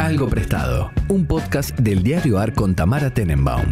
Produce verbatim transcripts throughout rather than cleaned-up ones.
Algo Prestado, un podcast del diario A R con Tamara Tenenbaum.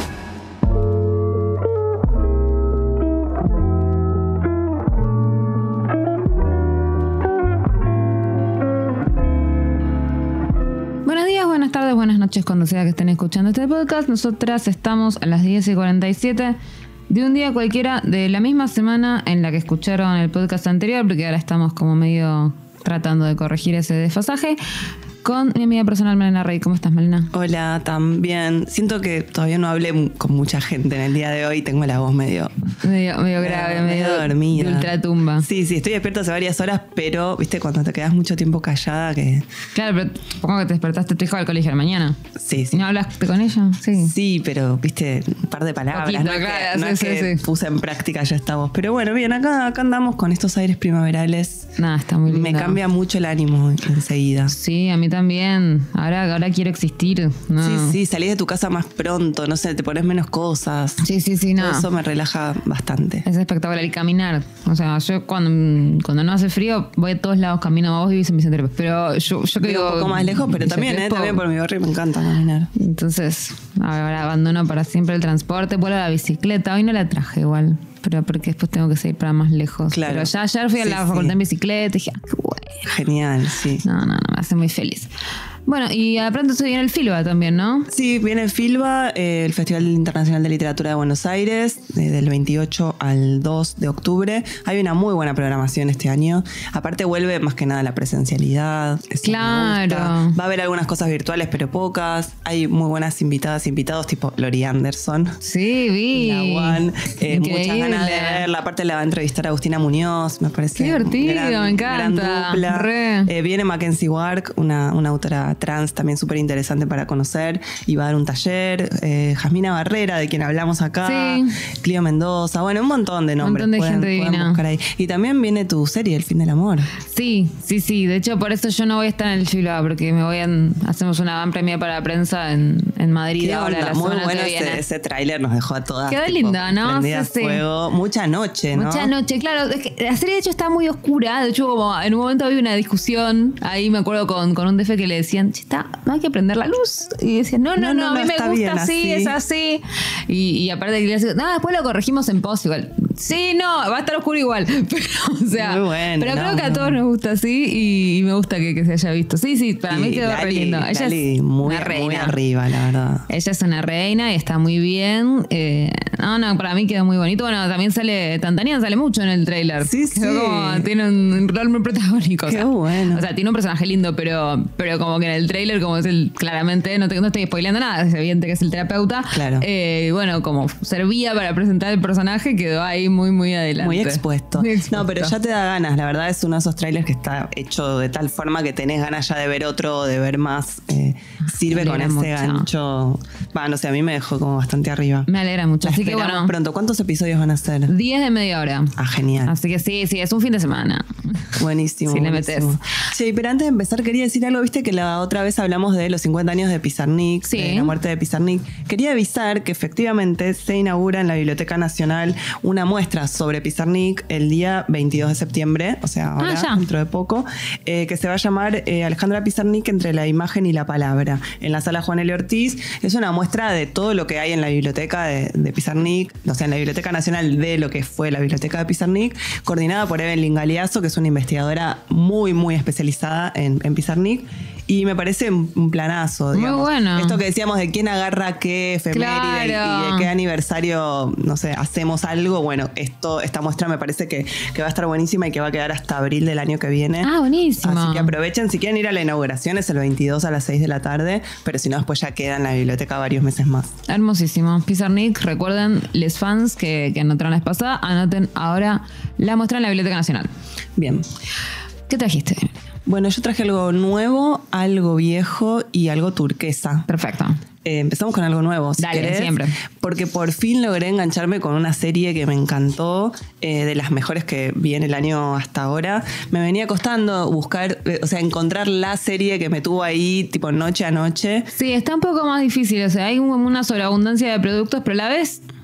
Buenos días, buenas tardes, buenas noches, cuando sea que estén escuchando este podcast. Nosotras estamos a las diez y cuarenta y siete de un día cualquiera de la misma semana en la que escucharon el podcast anterior, porque ahora estamos como medio tratando de corregir ese desfasaje. Con mi amiga personal, Malena Rey. ¿Cómo estás, Malena? Hola, también. Siento que todavía no hablé con mucha gente en el día de hoy. Tengo la voz medio... Medio, medio grave, medio, medio dormida. De ultratumba. Sí, sí, estoy despierta hace varias horas, pero, viste, cuando te quedas mucho tiempo callada que... Claro, pero supongo que te despertaste tu hija al colegio a la mañana. Sí, sí. ¿Y no hablaste con ella? Sí. Sí, pero, viste, un par de palabras. Poquito, no es claro, que, no sí, es sí, que sí. puse en práctica ya esta voz. Pero bueno, bien, acá, acá andamos con estos aires primaverales. Nada, está muy lindo. Me cambia mucho el ánimo enseguida. Sí, a mí también. Ahora, ahora quiero existir. No. Sí, sí, salís de tu casa más pronto, no sé, te pones menos cosas. Sí, sí, sí, no. Todo eso me relaja bastante. Es espectacular. Y caminar. O sea, yo cuando, cuando no hace frío voy a todos lados, camino a vos vivís en Vicente López. Pero yo, yo que Vivo digo... un poco más lejos, pero también, eh, también por mi barrio me encanta caminar. Entonces, ahora abandono para siempre el transporte, vuelvo a la bicicleta. Hoy no la traje igual, pero porque después tengo que seguir para más lejos. Claro. Pero ya ayer fui a Sí, la sí. facultad en bicicleta y dije, ah, qué bueno. Genial, sí. No, no, no, me hace muy feliz. Bueno, y a pronto se viene el Filba también, ¿no? Sí, viene el Filba, eh, el Festival Internacional de Literatura de Buenos Aires, eh, del veintiocho al dos de octubre. Hay una muy buena programación este año. Aparte vuelve más que nada la presencialidad. Eso Claro. me gusta. Va a haber algunas cosas virtuales, pero pocas. Hay muy buenas invitadas, invitados, tipo Lori Anderson. Sí, vi. La One. Eh, muchas Increíble. ganas de verla. Aparte la va a entrevistar a Agustina Muñoz, me parece. Qué divertido, gran- me encanta. gran dupla. Re. Eh, viene Mackenzie Wark, una, una autora trans también súper interesante para conocer, y va a dar un taller. Eh, Jasmina Barrera, de quien hablamos acá. Sí. Clio Mendoza, bueno, un montón de nombres. Un montón de pueden, gente pueden divina. buscar ahí. Y también viene tu serie, El Fin del Amor. Sí, sí, sí. De hecho, por eso yo no voy a estar en el Filba, porque me voy a... Hacemos una van premia para prensa en, en Madrid ¿Qué ahora, onda? la Muy semana bueno que viene. ese, ese tráiler, nos dejó a todas. Quedó tipo, linda, ¿no? prendidas Sí, sí. fuego. Mucha noche, ¿no? Mucha noche, claro. Es que la serie de hecho está muy oscura. De hecho, como en un momento había una discusión. Ahí me acuerdo con, con un D F que le decían, che, está, no hay que prender la luz. Y decían, no, no, no, No, no, a mí no, me está gusta bien así, así. es así. Y, y aparte, que le decían, no, después lo corregimos en post igual. Sí, no, va a estar oscuro igual. Pero, o sea, Muy bueno, pero no, creo que a no. todos nos gusta así y, y me gusta que, que se haya visto. Sí, sí, para mí Y quedó re Lali- lindo. Ella Lali es muy, una reina. muy arriba, la verdad. Ella es una reina y está muy bien. Eh, no, no, para mí quedó muy bonito. Bueno, también sale, Tantanian sale mucho en el tráiler. Sí, Quedó sí. como, tiene un rol muy protagónico. Qué o sea, bueno. O sea, tiene un personaje lindo, pero, pero como que en el tráiler, como es el, claramente, no, te, no estoy spoileando nada, es evidente que es el terapeuta. Claro. Eh, bueno, como servía para presentar el personaje, quedó ahí muy, muy adelante. Muy expuesto. Muy expuesto. No, pero ya te da ganas. La verdad es uno de esos trailers que está hecho de tal forma que tenés ganas ya de ver otro, de ver más. Eh, sirve Me con alegra ese mucho. gancho. Va, no sé, a mí me dejó como bastante arriba. Me alegra mucho. La Así que esperamos bueno, pronto. ¿Cuántos episodios van a ser? diez de media hora. Ah, genial. Así que sí, sí, es un fin de semana. Buenísimo. Si le buenísimo. metés. Sí, pero antes de empezar quería decir algo. Viste que la otra vez hablamos de los cincuenta años de Pizarnik, Sí. de la muerte de Pizarnik. Quería avisar que efectivamente se inaugura en la Biblioteca Nacional una muestra sobre Pizarnik el día veintidós de septiembre, o sea, ahora, Ah, ya. dentro de poco, eh, que se va a llamar eh, Alejandra Pizarnik entre la imagen y la palabra, en la sala Juan L. Ortiz. Es una muestra de todo lo que hay en la biblioteca de, de Pizarnik, o sea, en la Biblioteca Nacional de lo que fue la biblioteca de Pizarnik, coordinada por Evelyn Galeazzo, que es una investigadora muy, muy especializada en, en Pizarnik. Y me parece un un planazo, Muy digamos. bueno. Esto que decíamos de quién agarra qué efeméride y- Claro. y de qué aniversario, no sé, hacemos algo. Bueno, esto, esta muestra me parece que, que va a estar buenísima y que va a quedar hasta abril del año que viene. Ah, buenísimo. Así que aprovechen, si quieren ir a la inauguración es el veintidós a las seis de la tarde, pero si no, después ya queda en la biblioteca varios meses más. Hermosísimo. Pizarnik, recuerden, les fans que, que anotaron la vez pasada, anoten ahora la muestra en la Biblioteca Nacional. Bien. ¿Qué trajiste? Bueno, yo traje algo nuevo, algo viejo y algo turquesa. Perfecto. Eh, empezamos con algo nuevo, si Dale, querés, siempre. porque por fin logré engancharme con una serie que me encantó, eh, de las mejores que vi en el año hasta ahora. Me venía costando buscar, eh, o sea, encontrar la serie que me tuvo ahí, tipo noche a noche. Sí, está un poco más difícil. O sea, hay un- una sobreabundancia de productos, pero a la vez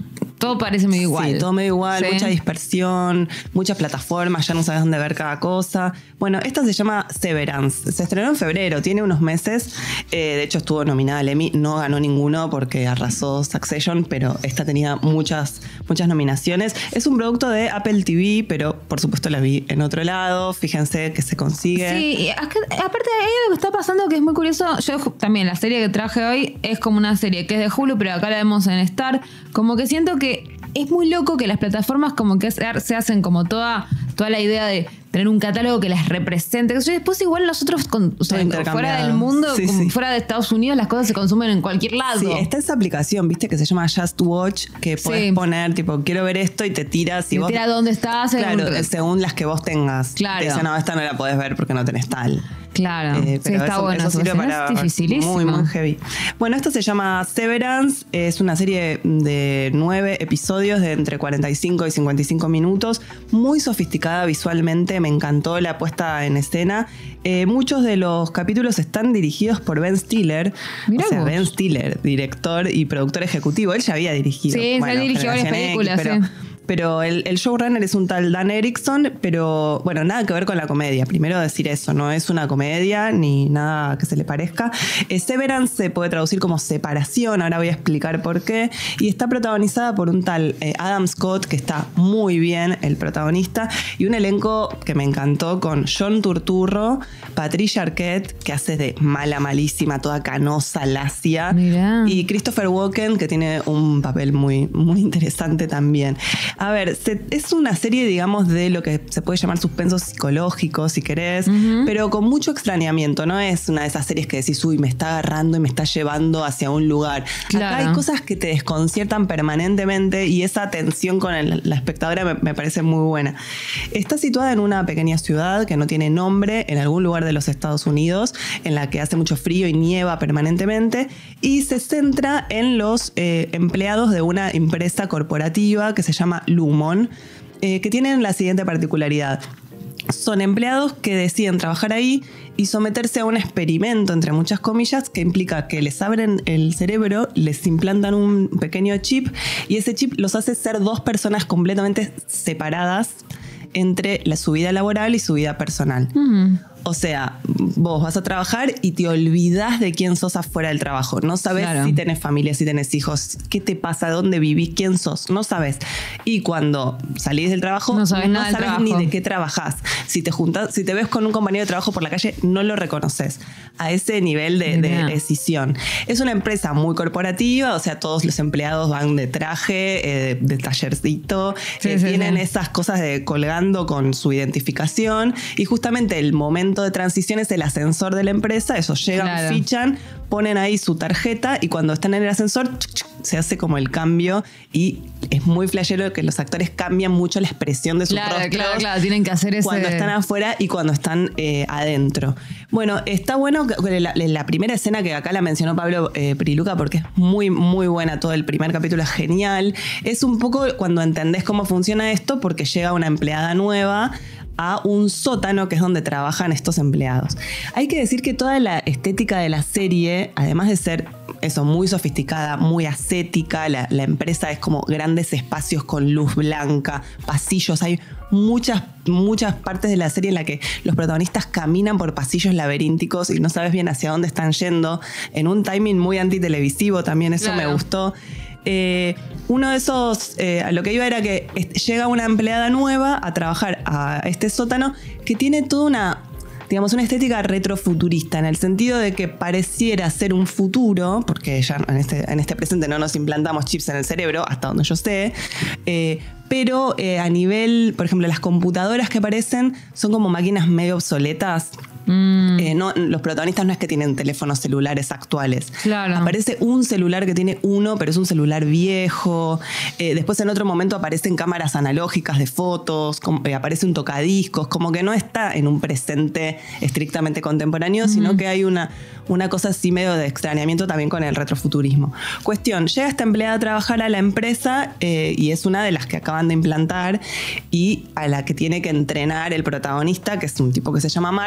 todo parece medio igual. Sí, todo medio igual, Sí. mucha dispersión, muchas plataformas, ya no sabes dónde ver cada cosa. Bueno, esta se llama Severance. Se estrenó en febrero, tiene unos meses. Eh, de hecho, estuvo nominada al Emmy. No ganó ninguno porque arrasó Succession, pero esta tenía muchas, muchas nominaciones. Es un producto de Apple T V, pero por supuesto la vi en otro lado. Fíjense que se consigue. Sí, y acá- aparte de ahí lo que está pasando que es muy curioso. Yo ju- también la serie que traje hoy es como una serie que es de Hulu, pero acá la vemos en Star. Como que siento que es muy loco que las plataformas como que se se hacen como toda, toda la idea de tener un catálogo que las represente. Y después igual nosotros con, o sea, fuera del mundo, Sí, como sí. fuera de Estados Unidos, las cosas se consumen en cualquier lado. Sí, está esa aplicación, viste, que se llama Just Watch, que Sí. podés poner, tipo, quiero ver esto y te tiras. Te Y vos, tira dónde estás. claro, según- según las que vos tengas. Claro. Te dicen, no, esta no la podés ver porque no tenés tal. Claro, Eh, sí, pero está eso, bueno. eso eso, sirve es para dificilísimo. muy, muy heavy. Bueno, esto se llama Severance. Es una serie de nueve episodios de entre cuarenta y cinco y cincuenta y cinco minutos. Muy sofisticada visualmente. Me encantó la puesta en escena. Eh, muchos de los capítulos están dirigidos por Ben Stiller. Mirá o sea, vos. Ben Stiller, director y productor ejecutivo. Él ya había dirigido. Sí, ya dirigió varias Generación películas, X, pero, sí. Pero el, el showrunner es un tal Dan Erickson, pero bueno, nada que ver con la comedia. Primero decir eso, no es una comedia ni nada que se le parezca. Eh, Severance se puede traducir como separación, ahora voy a explicar por qué. Y está protagonizada por un tal eh, Adam Scott, que está muy bien, el protagonista, y un elenco que me encantó con John Turturro, Patricia Arquette, que hace de mala malísima, toda canosa, lacia, Mirá. y Christopher Walken, que tiene un papel muy, muy interesante también. A ver, se- es una serie, digamos, de lo que se puede llamar suspenso psicológico, si querés, Ujú. pero con mucho extrañamiento. No es una de esas series que decís, uy, me está agarrando y me está llevando hacia un lugar. Claro. Acá hay cosas que te desconciertan permanentemente y esa tensión con el- la espectadora me, me parece muy buena. Está situada en una pequeña ciudad que no tiene nombre, en algún lugar de los Estados Unidos, en la que hace mucho frío y nieva permanentemente, y se centra en los eh, empleados de una empresa corporativa que se llama Lumon, eh, que tienen la siguiente particularidad. Son empleados que deciden trabajar ahí y someterse a un experimento, entre muchas comillas, que implica que les abren el cerebro, les implantan un pequeño chip y ese chip los hace ser dos personas completamente separadas entre la, su vida laboral y su vida personal. Mm. O sea, vos vas a trabajar y te olvidás de quién sos afuera del trabajo. No sabes Claro. si tenés familia, si tenés hijos, qué te pasa, dónde vivís, quién sos. No sabes. Y cuando salís del trabajo, No sabes nada del sabes trabajo. ni de qué trabajás. Si te juntas, si te ves con un compañero de trabajo por la calle, no lo reconoces. A ese nivel de, de Mirá. decisión. Es una empresa muy corporativa, o sea, todos los empleados van de traje, eh, de tallercito, Sí, eh, sí, tienen sí. esas cosas de colgando con su identificación y justamente el momento de transición es el ascensor de la empresa, esos llegan, Claro. fichan, ponen ahí su tarjeta y cuando están en el ascensor chuc, chuc, se hace como el cambio y es muy flashero que los actores cambian mucho la expresión de sus Claro, rostros claro, claro. Tienen que hacer ese. cuando están afuera y cuando están eh, adentro. Bueno, está bueno que la, la primera escena que acá la mencionó Pablo eh, Priluca porque es muy, muy buena. Todo el primer capítulo es genial. Es un poco cuando entendés cómo funciona esto porque llega una empleada nueva a un sótano que es donde trabajan estos empleados. Hay que decir que toda la estética de la serie, además de ser eso, muy sofisticada, muy ascética, la, la empresa es como grandes espacios con luz blanca, pasillos, hay muchas, muchas partes de la serie en la que los protagonistas caminan por pasillos laberínticos y no sabes bien hacia dónde están yendo, en un timing muy antitelevisivo también, eso Claro. me gustó. Eh, uno de esos, eh, a lo que iba era que est- llega una empleada nueva a trabajar a este sótano que tiene toda una, digamos, una estética retrofuturista, en el sentido de que pareciera ser un futuro, porque ya en este, en este presente no nos implantamos chips en el cerebro, hasta donde yo sé, eh, pero eh, a nivel, por ejemplo, las computadoras que aparecen son como máquinas medio obsoletas. Mm, Eh, no, los protagonistas no es que tienen teléfonos celulares actuales. Claro. Aparece un celular que tiene uno, pero es un celular viejo. Eh, después en otro momento aparecen cámaras analógicas de fotos, como- eh, aparece un tocadiscos, como que no está en un presente estrictamente contemporáneo, sino que hay una, una cosa así medio de extrañamiento también con el retrofuturismo. Cuestión, llega esta empleada a trabajar a la empresa eh, y es una de las que acaban de implantar y a la que tiene que entrenar el protagonista, que es un tipo que se llama Mark, que parece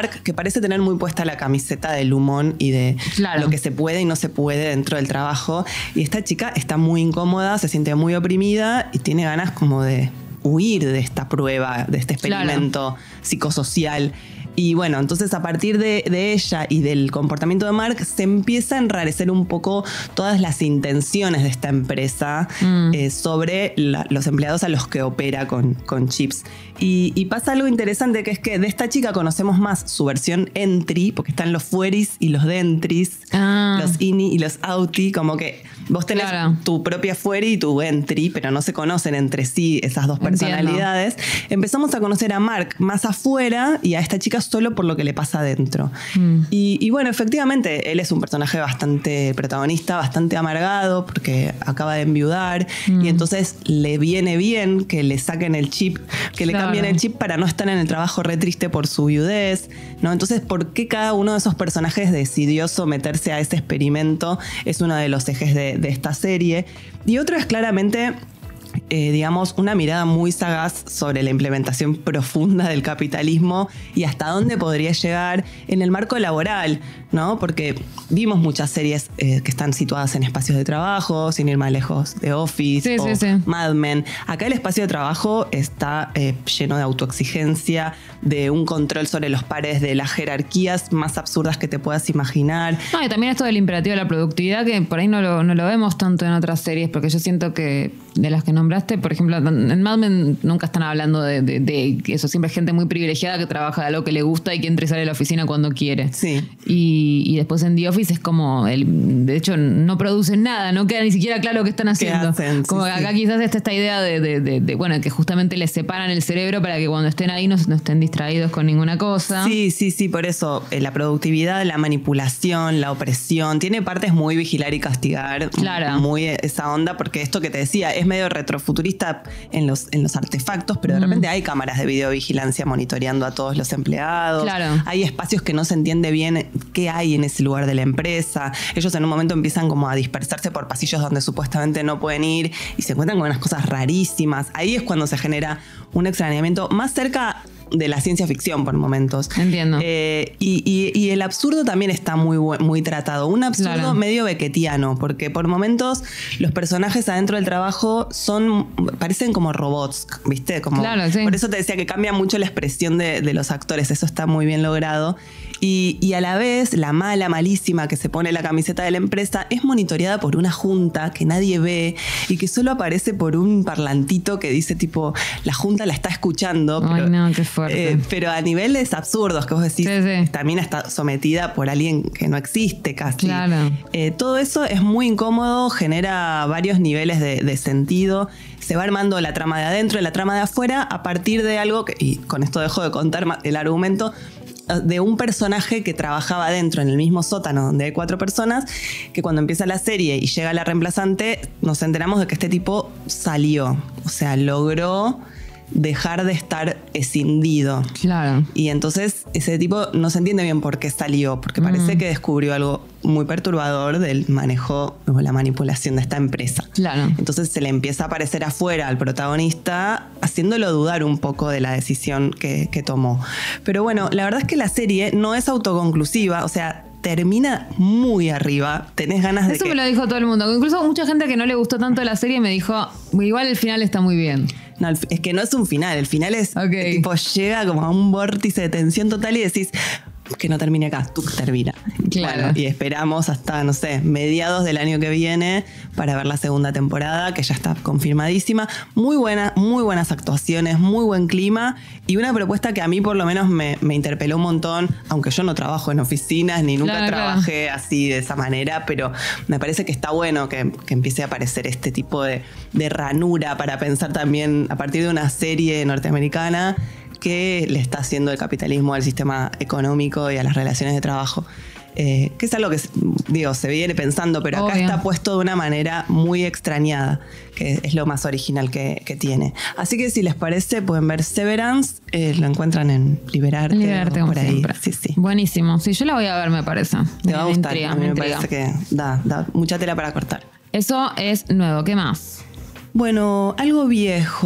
parece tener muy puesta la camiseta de Lumón y de claro. lo que se puede y no se puede dentro del trabajo. Y esta chica está muy incómoda, se siente muy oprimida y tiene ganas como de huir de esta prueba, de este experimento claro. psicosocial. Y bueno, entonces a partir de, de ella y del comportamiento de Mark se empieza a enrarecer un poco todas las intenciones de esta empresa mm. eh, sobre la, los empleados a los que opera con, con chips. Y, y pasa algo interesante, que es que de esta chica conocemos más su versión entry, porque están los fueris y los dentris, ah. los ini y los outi, como que vos tenés claro. tu propia fueri y tu entry, pero no se conocen entre sí esas dos personalidades. Entiendo. Empezamos a conocer a Mark más afuera y a esta chica solo por lo que le pasa adentro. Mm. Y, y bueno, efectivamente, él es un personaje bastante protagonista, bastante amargado, porque acaba de enviudar, mm. y entonces le viene bien que le saquen el chip, que claro. le cambien el chip para no estar en el trabajo re triste por su viudez, ¿no? Entonces, ¿por qué cada uno de esos personajes decidió someterse a ese experimento? Es uno de los ejes de, de esta serie. Y otro es claramente... Eh, digamos, una mirada muy sagaz sobre la implementación profunda del capitalismo y hasta dónde podría llegar en el marco laboral, ¿no? Porque vimos muchas series eh, que están situadas en espacios de trabajo, sin ir más lejos, The Office sí, o sí, sí. Mad Men. Acá el espacio de trabajo está eh, lleno de autoexigencia, de un control sobre los pares, de las jerarquías más absurdas que te puedas imaginar. No, y también esto del imperativo de la productividad, que por ahí no lo, no lo vemos tanto en otras series, porque yo siento que de las que nombraste, por ejemplo, en Mad Men nunca están hablando de, de, de eso, siempre es gente muy privilegiada que trabaja de algo que le gusta y que entra y sale de la oficina cuando quiere. Sí. Y, y después en The Office es como, el, de hecho, no producen nada, no queda ni siquiera claro qué están haciendo. ¿Qué hacen? Como sí, que acá sí. quizás está esta idea de, de, de, de, bueno, que justamente les separan el cerebro para que cuando estén ahí no, no estén distraídos con ninguna cosa. Sí, sí, sí, por eso eh, la productividad, la manipulación, la opresión, tiene partes muy vigilar y castigar. Claro. Muy esa onda, porque esto que te decía es medio retrofuturista en los, en los artefactos, pero de mm. repente hay cámaras de videovigilancia monitoreando a todos los empleados. Claro. Hay espacios que no se entiende bien qué hay en ese lugar de la empresa. Ellos en un momento empiezan como a dispersarse por pasillos donde supuestamente no pueden ir y se encuentran con unas cosas rarísimas. Ahí es cuando se genera un extrañamiento más cerca de la ciencia ficción por momentos. Entiendo. Eh, y, y, y el absurdo también está muy, muy tratado. Un absurdo claro. medio beckettiano, porque por momentos los personajes adentro del trabajo son parecen como robots, ¿viste? Como, claro, sí. Por eso te decía que cambia mucho la expresión de, de los actores. Eso está muy bien logrado. Y, y a la vez, la mala, malísima que se pone la camiseta de la empresa es monitoreada por una junta que nadie ve y que solo aparece por un parlantito que dice tipo, la junta la está escuchando. Ay, pero, no, qué fuerte. Eh, pero a niveles absurdos que vos decís, sí, sí. también está sometida por alguien que no existe casi. Claro. Eh, todo eso es muy incómodo, genera varios niveles de, de sentido. Se va armando la trama de adentro y la trama de afuera a partir de algo, que, y con esto dejo de contar el argumento, de un personaje que trabajaba dentro en el mismo sótano donde hay cuatro personas, que cuando empieza la serie y llega la reemplazante nos enteramos de que este tipo salió, o sea, logró dejar de estar escindido. Claro. Y entonces ese tipo no se entiende bien por qué salió, porque parece mm. que descubrió algo muy perturbador del manejo o la manipulación de esta empresa. Claro. Entonces se le empieza a aparecer afuera al protagonista, haciéndolo dudar un poco de la decisión que, que tomó. Pero bueno, la verdad es que la serie no es autoconclusiva, o sea, termina muy arriba. Tenés ganas de Eso que... me lo dijo todo el mundo. Incluso mucha gente que no le gustó tanto la serie me dijo, igual el final está muy bien. No, es que no es un final. El final es okay. tipo llega como a un vórtice de tensión total y decís que no termine acá, tú termina. Claro. Bueno, y esperamos hasta, no sé, mediados del año que viene para ver la segunda temporada, que ya está confirmadísima. Muy buena, muy buenas actuaciones, muy buen clima y una propuesta que a mí por lo menos me, me interpeló un montón, aunque yo no trabajo en oficinas ni nunca claro, trabajé claro. así de esa manera, pero me parece que está bueno que, que empiece a aparecer este tipo de, de ranura para pensar también a partir de una serie norteamericana que le está haciendo el capitalismo al sistema económico y a las relaciones de trabajo. Eh, que es algo que, digo, se viene pensando, pero acá Obvio. Está puesto de una manera muy extrañada, que es lo más original que, que tiene. Así que si les parece, pueden ver Severance, eh, lo encuentran en Liberarte, Liberarte o por ahí. Siempre. Sí, sí. Buenísimo. Sí, yo la voy a ver, me parece. Te va a gustar. Intriga, a mí me, me intriga. parece que da, da mucha tela para cortar. Eso es nuevo. ¿Qué más? Bueno, algo viejo.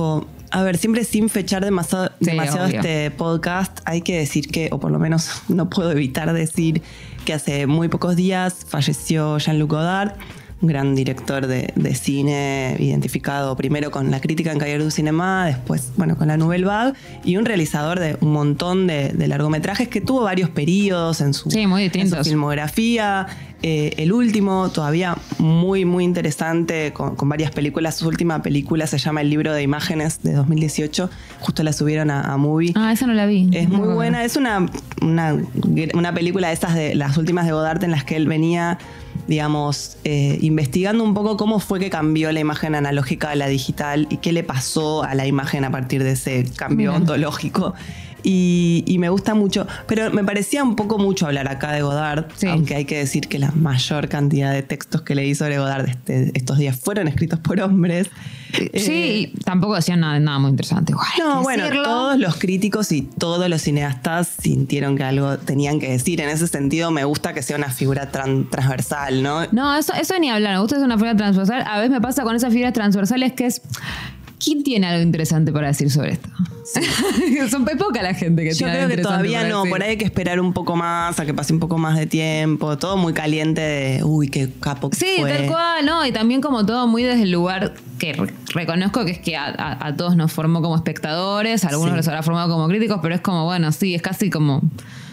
A ver, siempre sin fechar demasiado, Sí, demasiado obvio. este podcast, hay que decir que, o por lo menos no puedo evitar decir que hace muy pocos días falleció Jean-Luc Godard, un gran director de, de cine, identificado primero con la crítica en Cahiers du Cinéma, después, bueno, con la Nouvelle Vague, y un realizador de un montón de, de largometrajes que tuvo varios periodos en su, Sí, muy en su distintos. filmografía. Eh, el último, todavía muy, muy interesante, con, con varias películas. Su última película se llama El libro de imágenes, de dos mil dieciocho. Justo la subieron a, a Movie. Ah, esa no la vi. Es No muy me buena. Es una, una, una película de esas de las últimas de Godard en las que él venía, digamos, eh, investigando un poco cómo fue que cambió la imagen analógica a la digital y qué le pasó a la imagen a partir de ese cambio Mira. ontológico. Y, y me gusta mucho, pero me parecía un poco mucho hablar acá de Godard, Sí. aunque hay que decir que la mayor cantidad de textos que leí sobre Godard este- estos días fueron escritos por hombres. Sí, Eh, y tampoco decían nada, nada muy interesante. Igual, hay no, que bueno, decirlo. todos los críticos y todos los cineastas sintieron que algo tenían que decir. En ese sentido, me gusta que sea una figura tran- transversal, ¿no? No, eso, eso ni hablar. Me gusta que es una figura transversal. A veces me pasa con esas figuras transversales que es... ¿Quién tiene algo interesante para decir sobre esto? Son muy poca la gente que Yo tiene algo creo que interesante todavía para no, decir. por ahí hay que esperar un poco más, a que pase un poco más de tiempo, todo muy caliente de, uy, qué capo que Sí, fue. tal cual, ¿no? Y también como todo muy desde el lugar que re- reconozco que es que a, a- a todos nos formó como espectadores, a algunos Sí. los habrá formado como críticos, pero es como, bueno, sí, es casi como...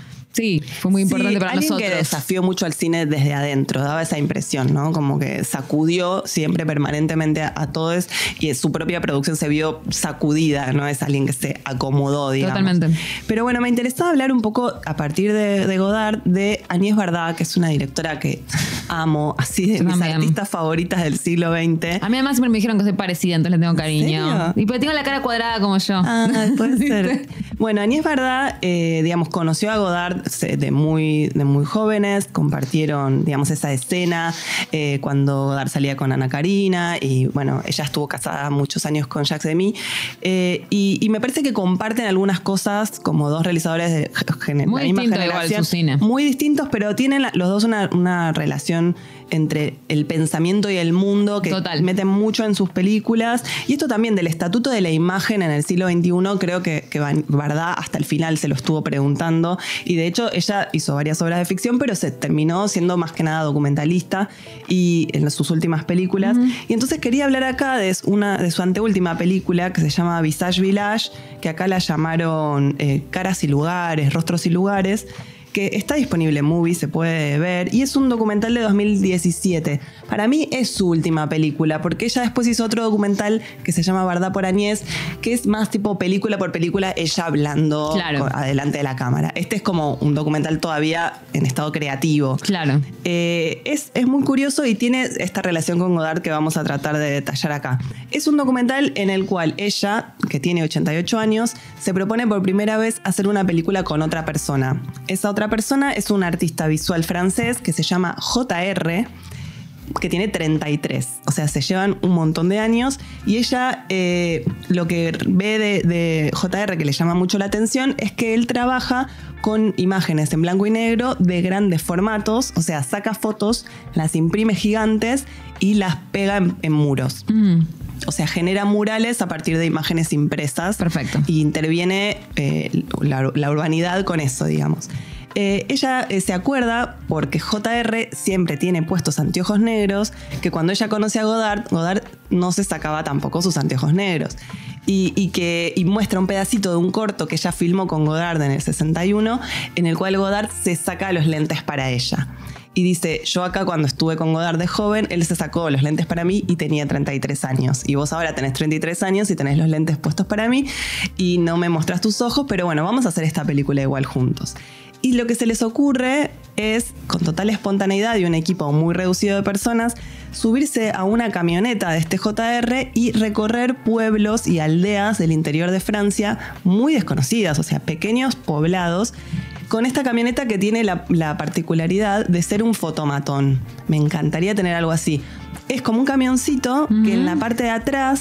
Sí, fue muy importante Sí, para alguien nosotros. que desafió mucho al cine desde adentro, daba esa impresión, ¿no? Como que sacudió siempre permanentemente a, a todos y su propia producción se vio sacudida, ¿no? Es alguien que se acomodó, digamos. Totalmente. Pero bueno, me interesaba hablar un poco a partir de, de Godard de Agnès Varda, que es una directora que amo, así de Yo mis también. artistas favoritas del siglo veinte. A mí además siempre me dijeron que soy parecida, entonces le tengo cariño. serio? Y pues tengo la cara cuadrada como yo. Ah, puede ser. Bueno, Agnès Varda, eh, digamos, conoció a Godard se- de muy, de muy jóvenes, compartieron, digamos, esa escena eh, cuando Godard salía con Ana Karina y, bueno, ella estuvo casada muchos años con Jacques Demy eh, y, y me parece que comparten algunas cosas como dos realizadores de gener- Muy la misma distinto igual generación. su cine. Muy distintos, pero tienen la- los dos una, una relación entre el pensamiento y el mundo que Total. meten mucho en sus películas. Y esto también del estatuto de la imagen en el siglo veintiuno, creo que, que Van- Varda hasta el final se lo estuvo preguntando. Y de hecho ella hizo varias obras de ficción, pero se terminó siendo más que nada documentalista y en sus últimas películas. Y entonces quería hablar acá de, una, de su anteúltima película que se llama Visage Village, que acá la llamaron eh, Caras y Lugares, Rostros y Lugares, que está disponible en Movie, se puede ver, y es un documental de dos mil diecisiete. Para mí es su última película, porque ella después hizo otro documental que se llama Varda por Agnès, que es más tipo película por película, ella hablando Claro. con- adelante de la cámara. Este es como un documental todavía en estado creativo. Claro. Eh, es, es muy curioso y tiene esta relación con Godard que vamos a tratar de detallar acá. Es un documental en el cual ella, que tiene ochenta y ocho años, se propone por primera vez hacer una película con otra persona. Esa otra persona es un artista visual francés que se llama J R, que tiene treinta y tres. O sea, se llevan un montón de años y ella eh, lo que ve de, de J R que le llama mucho la atención es que él trabaja con imágenes en blanco y negro de grandes formatos, o sea, saca fotos, las imprime gigantes y las pega en, en muros. Mm, O sea, genera murales a partir de imágenes impresas. Perfecto. Y interviene eh, la, la urbanidad con eso, digamos. Eh, ella eh, se acuerda porque J R siempre tiene puestos anteojos negros, que cuando ella conoce a Godard, Godard no se sacaba tampoco sus anteojos negros. Y, y que y muestra un pedacito de un corto que ella filmó con Godard en el sesenta y uno, en el cual Godard se saca los lentes para ella. Y dice, yo acá cuando estuve con Godard de joven, él se sacó los lentes para mí y tenía treinta y tres años. Y vos ahora tenés treinta y tres años y tenés los lentes puestos para mí y no me mostrás tus ojos, pero bueno, vamos a hacer esta película igual juntos. Y lo que se les ocurre es, con total espontaneidad y un equipo muy reducido de personas, subirse a una camioneta de este J R y recorrer pueblos y aldeas del interior de Francia muy desconocidas, o sea, pequeños poblados, con esta camioneta que tiene la, la particularidad de ser un fotomatón. Me encantaría tener algo así. Es como un camioncito Uh-huh. que en la parte de atrás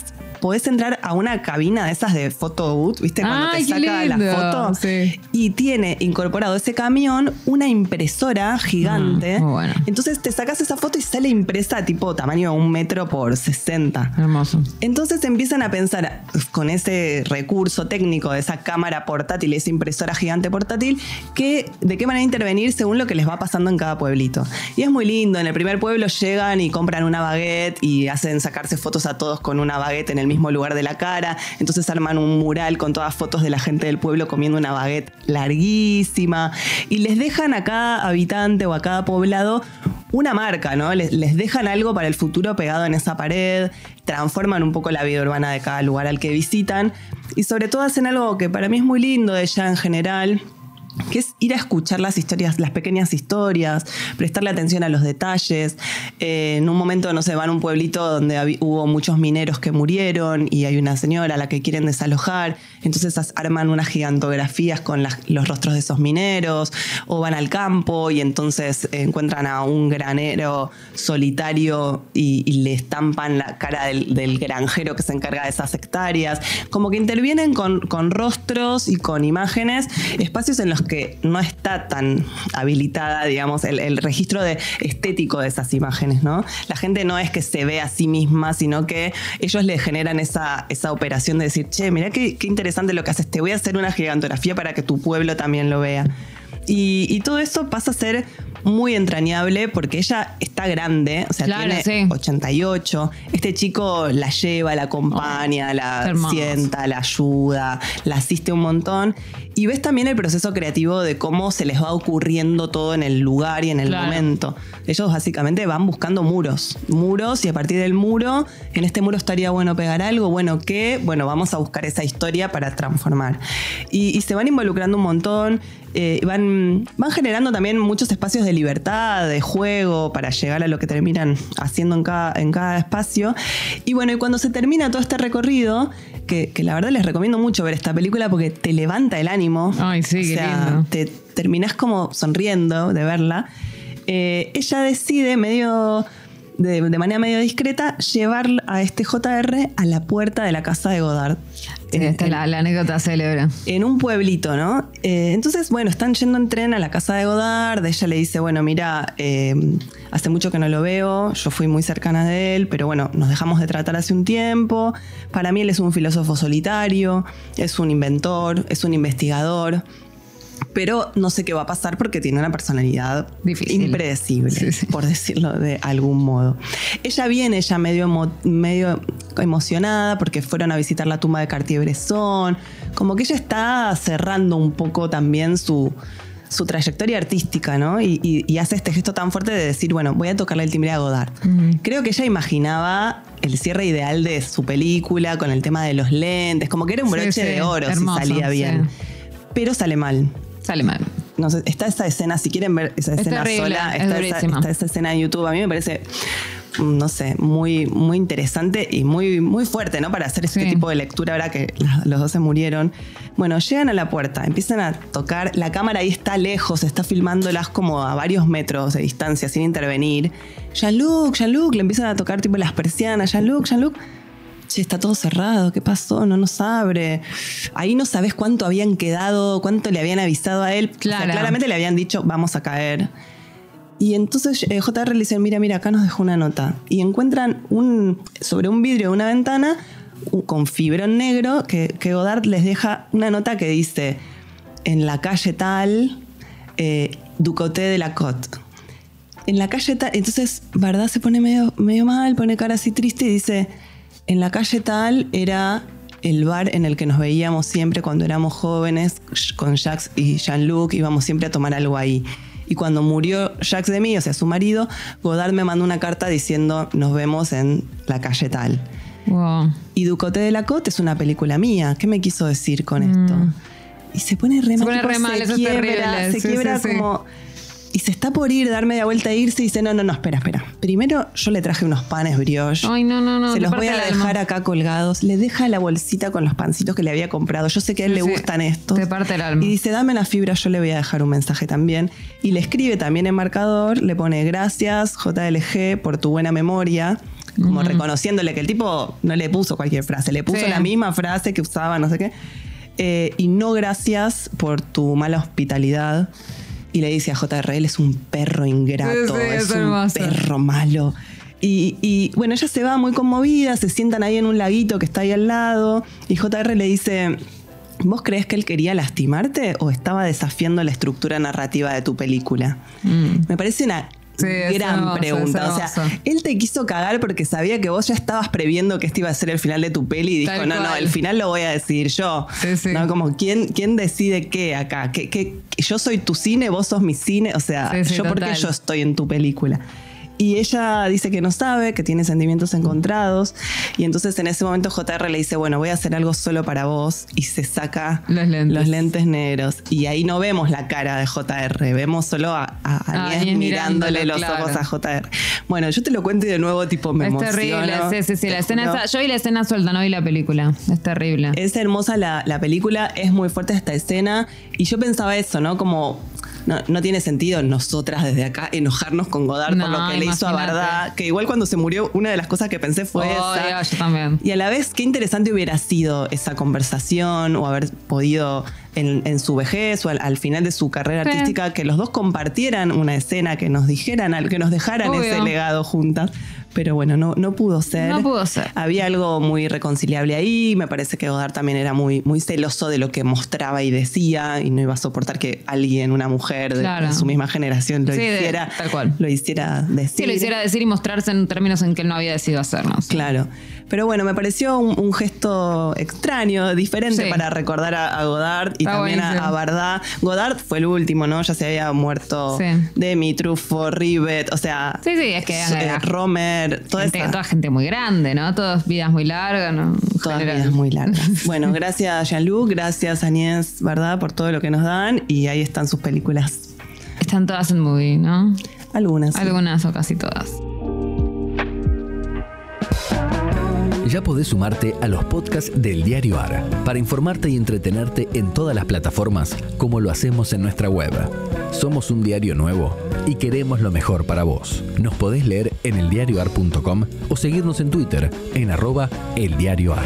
podés entrar a una cabina de esas de photo booth, ¿viste? Cuando Ay, te saca qué la lindo. foto. Sí. Y tiene incorporado ese camión una impresora gigante. Mm, muy bueno. Entonces te sacas esa foto y sale impresa tipo tamaño un metro por sesenta. Hermoso. Entonces empiezan a pensar con ese recurso técnico de esa cámara portátil, esa impresora gigante portátil, que, de qué manera intervenir según lo que les va pasando en cada pueblito. Y es muy lindo. En el primer pueblo llegan y compran una baguette y hacen sacarse fotos a todos con una baguette en el mismo lugar de la cara. Entonces arman un mural con todas fotos de la gente del pueblo comiendo una baguette larguísima. Y les dejan a cada habitante o a cada poblado una marca, ¿no? Les, les dejan algo para el futuro pegado en esa pared, transforman un poco la vida urbana de cada lugar al que visitan y sobre todo hacen algo que para mí es muy lindo de ella en general, que es ir a escuchar las historias, las pequeñas historias, prestarle atención a los detalles. Eh, en un momento, no sé, van a un pueblito donde hab- hubo muchos mineros que murieron y hay una señora a la que quieren desalojar, entonces as- arman unas gigantografías con las- los rostros de esos mineros, o van al campo y entonces eh, encuentran a un granero solitario y, y le estampan la cara del, del granjero que se encarga de esas hectáreas. Como que intervienen con, con rostros y con imágenes, espacios en los que no está tan habilitada, digamos, el, el registro de, estético de esas imágenes, ¿no? La gente no es que se ve a sí misma, sino que ellos le generan esa, esa operación de decir, che, mirá qué, qué interesante lo que haces, te voy a hacer una gigantografía para que tu pueblo también lo vea. Y, y todo eso pasa a ser muy entrañable porque ella está grande, o sea, Claro, tiene sí. ochenta y ocho. Este chico la lleva, la acompaña, Oh, la hermoso. sienta, la ayuda, la asiste un montón. Y ves también el proceso creativo de cómo se les va ocurriendo todo en el lugar y en el Claro. momento. Ellos básicamente van buscando muros, muros, y a partir del muro, en este muro estaría bueno pegar algo, bueno, ¿qué? Bueno, vamos a buscar esa historia para transformar. Y, y se van involucrando un montón. Eh, van, van generando también muchos espacios de libertad, de juego, para llegar a lo que terminan haciendo en cada, en cada espacio. Y bueno, y cuando se termina todo este recorrido, que, que la verdad les recomiendo mucho ver esta película porque te levanta el ánimo. Ay, sí, o qué sea, lindo. te terminás como sonriendo de verla. Eh, ella decide medio... De, de manera medio discreta, llevar a este J R a la puerta de la casa de Godard. Sí, esta es la, la anécdota célebre. En un pueblito, ¿no? Eh, entonces, bueno, están yendo en tren a la casa de Godard. Ella le dice, bueno, mira, eh, hace mucho que no lo veo, yo fui muy cercana de él, pero bueno, nos dejamos de tratar hace un tiempo. Para mí él es un filósofo solitario, es un inventor, es un investigador. Pero no sé qué va a pasar porque tiene una personalidad Difícil. impredecible, Sí, sí. por decirlo de algún modo. Ella viene ya medio, emo- medio emocionada porque fueron a visitar la tumba de Cartier-Bresson. Como que ella está cerrando un poco también su, su trayectoria artística, ¿no? Y, y- y hace este gesto tan fuerte de decir, bueno, voy a tocarle el timbre a Godard. Ujú. Creo que ella imaginaba el cierre ideal de su película con el tema de los lentes, como que era un Sí, broche sí, de oro hermoso, si salía bien. sí. Pero sale mal. Sale mal. No sé, está esa escena, si quieren ver esa Es escena terrible, sola, es está esa, durísima. está esa escena en YouTube. A mí me parece, no sé, muy, muy interesante y muy, muy fuerte, ¿no? Para hacer este Sí. tipo de lectura, ahora que la- los dos se murieron. Bueno, llegan a la puerta, empiezan a tocar, la cámara ahí está lejos, está filmándolas como a varios metros de distancia, sin intervenir. Jean-Luc, Jean-Luc, le empiezan a tocar tipo las persianas, Jean-Luc, Jean-Luc. Che, está todo cerrado, ¿qué pasó? No nos abre. Ahí no sabes cuánto habían quedado, cuánto le habían avisado a él. Claro. O sea, claramente le habían dicho, vamos a caer. Y entonces eh, J R le dice, mira, mira, acá nos dejó una nota. Y encuentran un, sobre un vidrio de una ventana, un- con fibrón negro, que, que Godard les deja una nota que dice, en la calle tal, eh, Ducoté de la Côte. En la calle tal, entonces Bardá se pone medio, medio mal, pone cara así triste y dice, en la calle tal era el bar en el que nos veíamos siempre cuando éramos jóvenes, con Jacques y Jean-Luc, íbamos siempre a tomar algo ahí. Y cuando murió Jacques de mí, o sea, su marido, Godard me mandó una carta diciendo, nos vemos en la calle tal. Wow. Y Ducoté de la Côte es una película mía. ¿Qué me quiso decir con esto? Y se pone re Se mal. pone tipo, re mal, se eso es quiebra, terrible. Se Sí, quiebra sí, sí. como... Y se está por ir, dar media vuelta e irse y dice, no, no, no, espera, espera. Primero yo le traje unos panes brioche. Ay, no, no, no. Se te los parte voy a el alma. dejar acá colgados. Le deja la bolsita con los pancitos que le había comprado. Yo sé que a él Sí, le sí. gustan estos. Te parte el alma. Y dice, dame la fibra, yo le voy a dejar un mensaje también. Y le escribe también en marcador, le pone, gracias J L G por tu buena memoria. como Mm. reconociéndole que el tipo no le puso cualquier frase, le puso Sí. la misma frase que usaba, no sé qué. Eh, y no gracias por tu mala hospitalidad. Y le dice a J R, él es un perro ingrato, Sí, sí, es es un hermoso. perro malo. Y, y bueno, ella se va muy conmovida, se sientan ahí en un laguito que está ahí al lado. Y J R le dice, ¿vos crees que él quería lastimarte o estaba desafiando la estructura narrativa de tu película? Mm. Me parece una Sí, es gran hermoso, pregunta. es O sea, hermoso. él te quiso cagar porque sabía que vos ya estabas previendo que este iba a ser el final de tu peli y dijo, Tal no, no, cual. el final lo voy a decidir yo. Sí, sí. ¿No? Como, ¿quién, quién decide qué acá? ¿Qué, qué, yo soy tu cine, vos sos mi cine. O sea, Sí, sí, yo porque total. yo estoy en tu película. Y ella dice que no sabe, que tiene sentimientos encontrados. Y entonces en ese momento J R le dice, bueno, voy a hacer algo solo para vos. Y se saca Los lentes. los lentes negros. Y ahí no vemos la cara de J R, vemos solo a, a Ah, Agnès Agnès mirándole mirándolo, los claro. ojos a J R. Bueno, yo te lo cuento y de nuevo tipo me Es emociono. terrible, sí, sí, sí. La Te escena juro. esa- yo vi la escena suelta, no vi la película. Es terrible. Es hermosa la, la película, es muy fuerte esta escena. Y yo pensaba eso, ¿no? Como no, no tiene sentido nosotras desde acá enojarnos con Godard por No, lo que le hizo a imagínate. Bardá. Que igual cuando se murió, una de las cosas que pensé fue Oh, esa. Dios, yo también. Y a la vez, qué interesante hubiera sido esa conversación o haber podido en, en su vejez o al, al final de su carrera Sí. artística que los dos compartieran una escena, que nos dijeran, algo, que nos dejaran Obvio. ese legado juntas. Pero bueno, no, no pudo ser. No pudo ser. Había algo muy reconciliable ahí. Me parece que Godard también era muy, muy celoso de lo que mostraba y decía y no iba a soportar que alguien, una mujer de, Claro. de su misma generación lo Sí, de- hiciera. tal cual. Lo hiciera decir. Sí, lo hiciera decir y mostrarse en términos en que él no había decidido hacernos. Claro. Pero bueno, me pareció un, un gesto extraño, diferente Sí. para recordar a, a Godard y Está también a, buenísimo. a Bardá. Godard fue el último, ¿no? Ya se había muerto Sí. Demi, Truffaut, Rivet, o sea, Sí, sí, es que eh, era Romer, toda gente, esa- toda gente muy grande, ¿no? Todas vidas muy largas, ¿no? En Todas general. vidas muy largas. Bueno, gracias Jean-Luc, gracias Agnès, ¿verdad? Por todo lo que nos dan. Y ahí están sus películas. Están todas en movie, ¿no? Algunas. sí. Algunas o casi todas. Ya podés sumarte a los podcasts del Diario A R para informarte y entretenerte en todas las plataformas como lo hacemos en nuestra web. Somos un diario nuevo y queremos lo mejor para vos. Nos podés leer en el diario ar punto com o seguirnos en Twitter en arroba eldiarioar.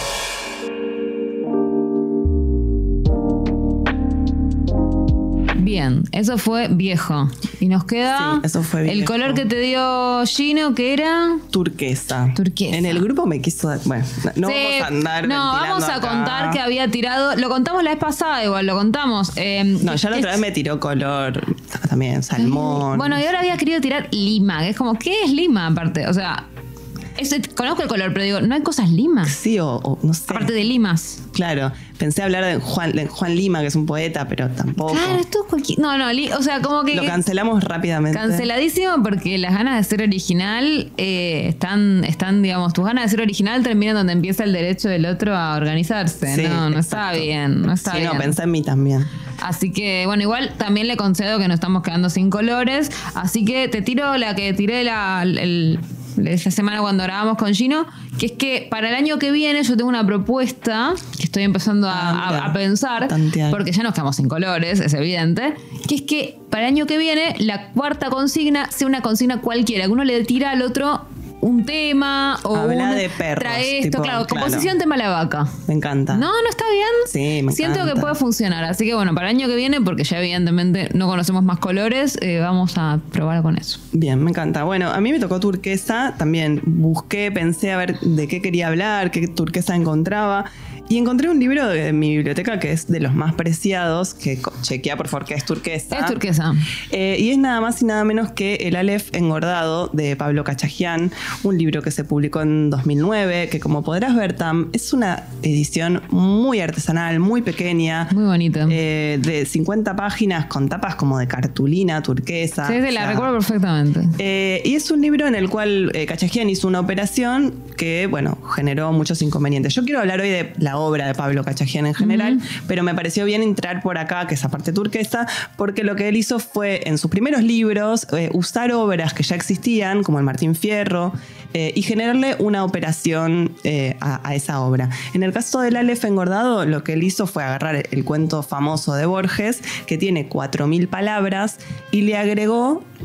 Bien, eso fue viejo. Y nos queda Sí, eso fue el viejo. color que te dio Gino, que era... Turquesa. Turquesa. En el grupo me quiso dar. Bueno, no Sí, vamos a andar. no, ventilando vamos a acá. contar que había tirado... Lo contamos la vez pasada, igual, lo contamos. Eh, No, ya la otra es- vez me tiró color también, salmón. Bueno, y ahora había querido tirar lima, que es como, ¿qué es lima aparte? O sea, es- conozco el color, pero digo, no hay cosas limas. Sí, o, o no sé. Aparte de limas. Claro, pensé hablar de Juan, de Juan Lima, que es un poeta, pero tampoco. Claro, esto es cualquier... No, no, li- o sea, como que... Lo cancelamos rápidamente. Canceladísimo porque las ganas de ser original eh, están, están, digamos, tus ganas de ser original terminan donde empieza el derecho del otro a organizarse. Sí, no, no está exacto. bien, no está Sí, bien. no, pensé en mí también. Así que, bueno, igual también le concedo que nos estamos quedando sin colores. Así que te tiro la que tiré la, el, esa semana cuando grabamos con Gino, que es que para el año que viene yo tengo una propuesta que estoy empezando a, Ah, mira. a- a pensar, Tantear. porque ya nos quedamos sin colores, es evidente, que es que para el año que viene la cuarta consigna sea una consigna cualquiera, que uno le tira al otro un tema o Habla un- de perros, trae esto, tipo, claro, claro. composición tema la vaca. Me encanta. No, no está bien. Sí, me Siento encanta. que puede funcionar. Así que bueno, para el año que viene, porque ya evidentemente no conocemos más colores, eh, vamos a probar con eso. Bien, me encanta. Bueno, a mí me tocó turquesa. También busqué, pensé a ver de qué quería hablar, qué turquesa encontraba. Y encontré un libro de mi biblioteca que es de los más preciados, que co- chequea por favor que es turquesa. Es turquesa. Eh, y es nada más y nada menos que El Aleph engordado de Pablo Cachajian, un libro que se publicó en dos mil nueve, que como podrás ver, Tam, es una edición muy artesanal, muy pequeña. Muy bonita. eh, de cincuenta páginas con tapas como de cartulina turquesa. Sí, sí, O la sea, recuerdo perfectamente. eh, y es un libro en el cual eh, Cachajian hizo una operación que, bueno, generó muchos inconvenientes. Yo quiero hablar hoy de la obra de Pablo Cachajian en general, pero me pareció bien entrar por acá, que es esa parte turquesa, porque lo que él hizo fue, en sus primeros libros, eh, usar obras que ya existían, como el Martín Fierro, eh, y generarle una operación eh, a, a esa obra. En el caso del Aleph engordado, lo que él hizo fue agarrar el cuento famoso de Borges, que tiene cuatro mil palabras, y le agregó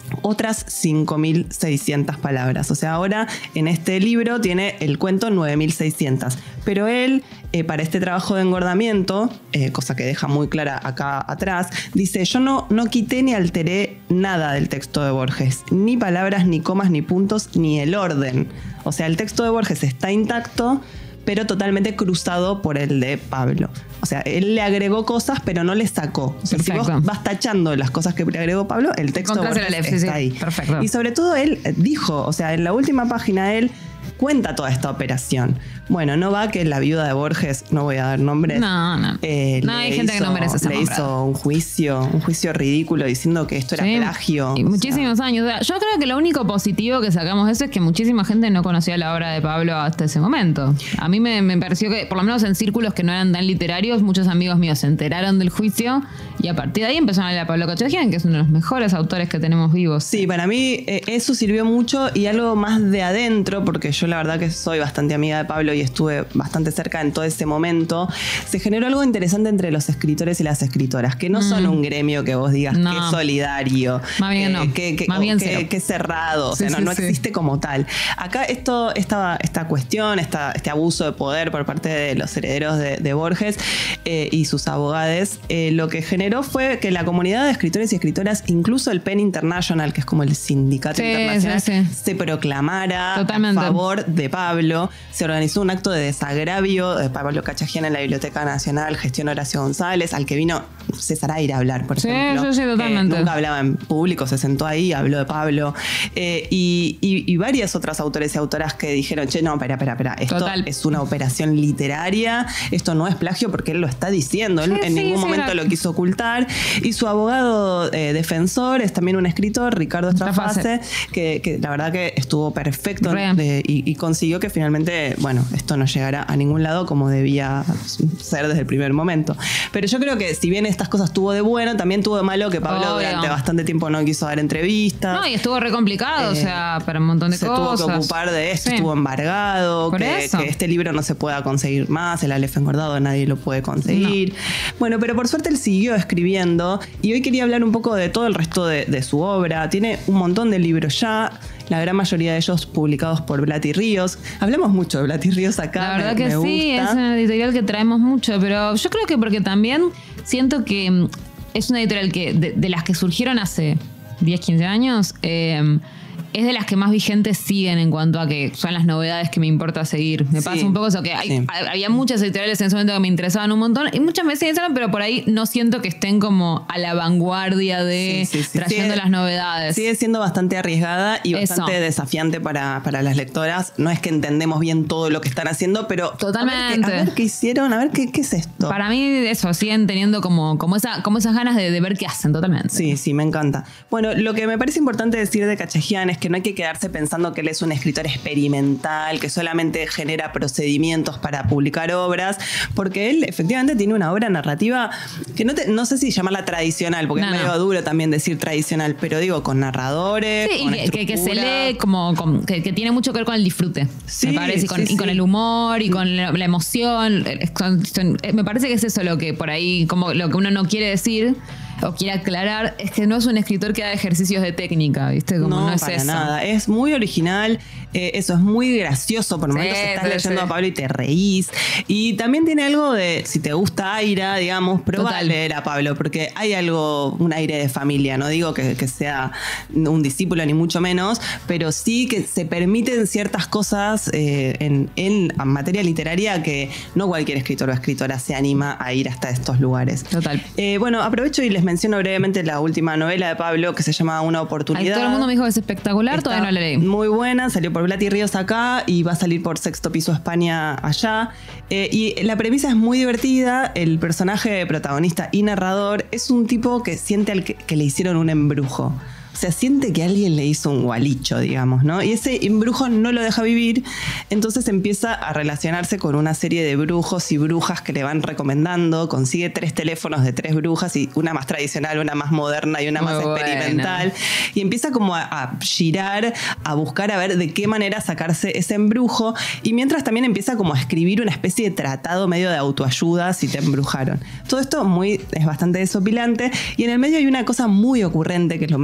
otras cinco mil seiscientas palabras. O sea, ahora en este libro tiene el cuento nueve mil seiscientas. Pero él, eh, para este trabajo de engordamiento, eh, cosa que deja muy clara acá atrás, dice, yo no, no quité ni alteré nada del texto de Borges. Ni palabras, ni comas, ni puntos, ni el orden. O sea, el texto de Borges está intacto, pero totalmente cruzado por el de Pablo. O sea, él le agregó cosas, pero no le sacó. O sea, si vos vas tachando las cosas que le agregó Pablo, el texto de Borges está sí, sí. ahí. Perfecto. Y sobre todo él dijo, o sea, en la última página él cuenta toda esta operación. Bueno, no va que la viuda de Borges, no voy a dar nombres. No, no. Eh, no, hay gente hizo, que no merece ser Le nombrado. hizo un juicio, un juicio ridículo diciendo que esto era sí, plagio. Y muchísimos sea. años. O sea, yo creo que lo único positivo que sacamos de eso es que muchísima gente no conocía la obra de Pablo hasta ese momento. A mí me, me pareció que, por lo menos en círculos que no eran tan literarios, muchos amigos míos se enteraron del juicio y a partir de ahí empezaron a leer a Pablo Cachajian, que es uno de los mejores autores que tenemos vivos. Sí, para mí eh, eso sirvió mucho y algo más de adentro, porque yo la verdad que soy bastante amiga de Pablo y estuve bastante cerca en todo ese momento, se generó algo interesante entre los escritores y las escritoras, que no mm. son un gremio que vos digas no. que es solidario, más bien, eh, no. que, que, más bien que, que es cerrado, sí, o sea, sí, no, no sí. existe como tal. Acá esto, esta, esta cuestión, esta, este abuso de poder por parte de los herederos de, de Borges eh, y sus abogados, eh, lo que generó fue que la comunidad de escritores y escritoras, incluso el PEN International, que es como el sindicato sí, internacional, sí, sí. se proclamara Totalmente. a favor de Pablo. Se organizó un acto de desagravio de Pablo Cachajian en la Biblioteca Nacional, gestión Horacio González, al que vino César Aire a hablar, por sí, ejemplo. Sí, sí, totalmente. Eh, nunca hablaba en público, se sentó ahí, habló de Pablo. Eh, y, y, y varias otras autores y autoras que dijeron, che, no, espera, espera, espera, esto Total. es una operación literaria, esto no es plagio porque él lo está diciendo, él sí, en sí, ningún sí, momento era... lo quiso ocultar. Y su abogado eh, defensor es también un escritor, Ricardo Strafase, que, que la verdad que estuvo perfecto de, y, y consiguió que finalmente, bueno, esto no llegara a ningún lado como debía ser desde el primer momento. Pero yo creo que si bien estas cosas tuvo de bueno, también tuvo de malo que Pablo Obvio. durante bastante tiempo no quiso dar entrevistas. No, y estuvo re complicado, eh, o sea, para un montón de se cosas. Se tuvo que ocupar de esto, sí. estuvo embargado, que, que este libro no se pueda conseguir más, el Aleph engordado nadie lo puede conseguir. No. Bueno, pero por suerte él siguió escribiendo y hoy quería hablar un poco de todo el resto de, de su obra. Tiene un montón de libros ya, la gran mayoría de ellos publicados por Blatty Ríos. Hablamos mucho de Blatty Ríos acá. La verdad me, que me sí, gusta. es una editorial que traemos mucho, pero yo creo que porque también siento que es una editorial que de, de las que surgieron hace diez, quince años, eh, es de las que más vigentes siguen en cuanto a que son las novedades que me importa seguir. Me sí, pasa un poco eso, que hay, sí. había muchas editoriales en ese momento que me interesaban un montón y muchas me siguen, pero por ahí no siento que estén como a la vanguardia de sí, sí, sí. trayendo sigue, las novedades. Sigue siendo bastante arriesgada y eso. bastante desafiante para, para las lectoras. No es que entendemos bien todo lo que están haciendo, pero totalmente. A ver qué, a ver qué hicieron, a ver qué, qué es esto. Para mí eso, siguen teniendo como, como, esa, como esas ganas de, de ver qué hacen, totalmente. Sí, sí, me encanta. Bueno, lo que me parece importante decir de Cachajian es que no hay que quedarse pensando que él es un escritor experimental, que solamente genera procedimientos para publicar obras, porque él efectivamente tiene una obra narrativa que no, te, no sé si llamarla tradicional, porque no, es medio no. duro también decir tradicional, pero digo, con narradores, sí, con y que, que se lee como, como que, que tiene mucho que ver con el disfrute, sí, me parece, y con, sí, y con sí. el humor, y con la, la emoción. Con, con, me parece que es eso lo que por ahí, como lo que uno no quiere decir o quiere aclarar, es que no es un escritor que da ejercicios de técnica, ¿viste? Como no, no es para eso. nada. Es muy original, eh, eso es muy gracioso. Por momentos sí, estás sí, leyendo sí. a Pablo y te reís. Y también tiene algo de, si te gusta Aira, digamos, prueba a leer a Pablo, porque hay algo, un aire de familia. No digo que, que sea un discípulo, ni mucho menos, pero sí que se permiten ciertas cosas eh, en, en materia literaria que no cualquier escritor o escritora se anima a ir hasta estos lugares. Total. Eh, bueno, aprovecho y les menciono brevemente la última novela de Pablo que se llama Una oportunidad. Ay, todo el mundo me dijo que es espectacular, Está todavía no la leí. Muy buena, salió por Blatty Ríos acá y va a salir por Sexto Piso España allá. Eh, y la premisa es muy divertida. El personaje protagonista y narrador es un tipo que siente al que, que le hicieron un embrujo. O sea, siente que alguien le hizo un gualicho, digamos, ¿no? Y ese embrujo no lo deja vivir, entonces empieza a relacionarse con una serie de brujos y brujas que le van recomendando, consigue tres teléfonos de tres brujas, y una más tradicional, una más moderna y una Muy más buena. experimental, y empieza como a, a girar, a buscar a ver de qué manera sacarse ese embrujo, y mientras también empieza como a escribir una especie de tratado medio de autoayuda si te embrujaron. Todo esto muy, es bastante desopilante, y en el medio hay una cosa muy ocurrente que lo menciono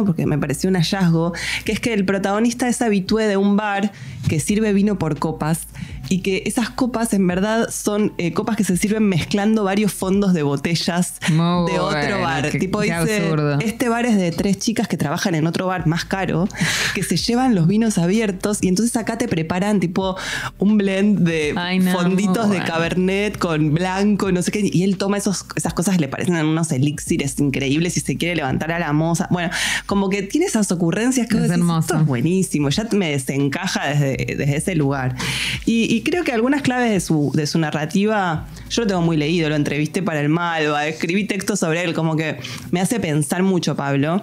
porque me pareció un hallazgo, que es que el protagonista es habitué de un bar que sirve vino por copas y que esas copas en verdad son eh, copas que se sirven mezclando varios fondos de botellas Muy de otro bueno, bar. qué- tipo qué dice, absurdo. este bar es de tres chicas que trabajan en otro bar más caro, que se llevan los vinos abiertos y entonces acá te preparan tipo un blend de Ay, no, fonditos muy de bueno. Cabernet con blanco, no sé qué, y él toma esos, esas cosas que le parecen unos elixires increíbles y se quiere levantar a la moza. Bueno, como que tiene esas ocurrencias que Es vos decís, hermoso. esto es buenísimo, ya me desencaja desde, desde ese lugar. Y, y creo que algunas claves de su, de su narrativa, yo lo tengo muy leído, lo entrevisté para el Malva, escribí textos sobre él, como que me hace pensar mucho Pablo.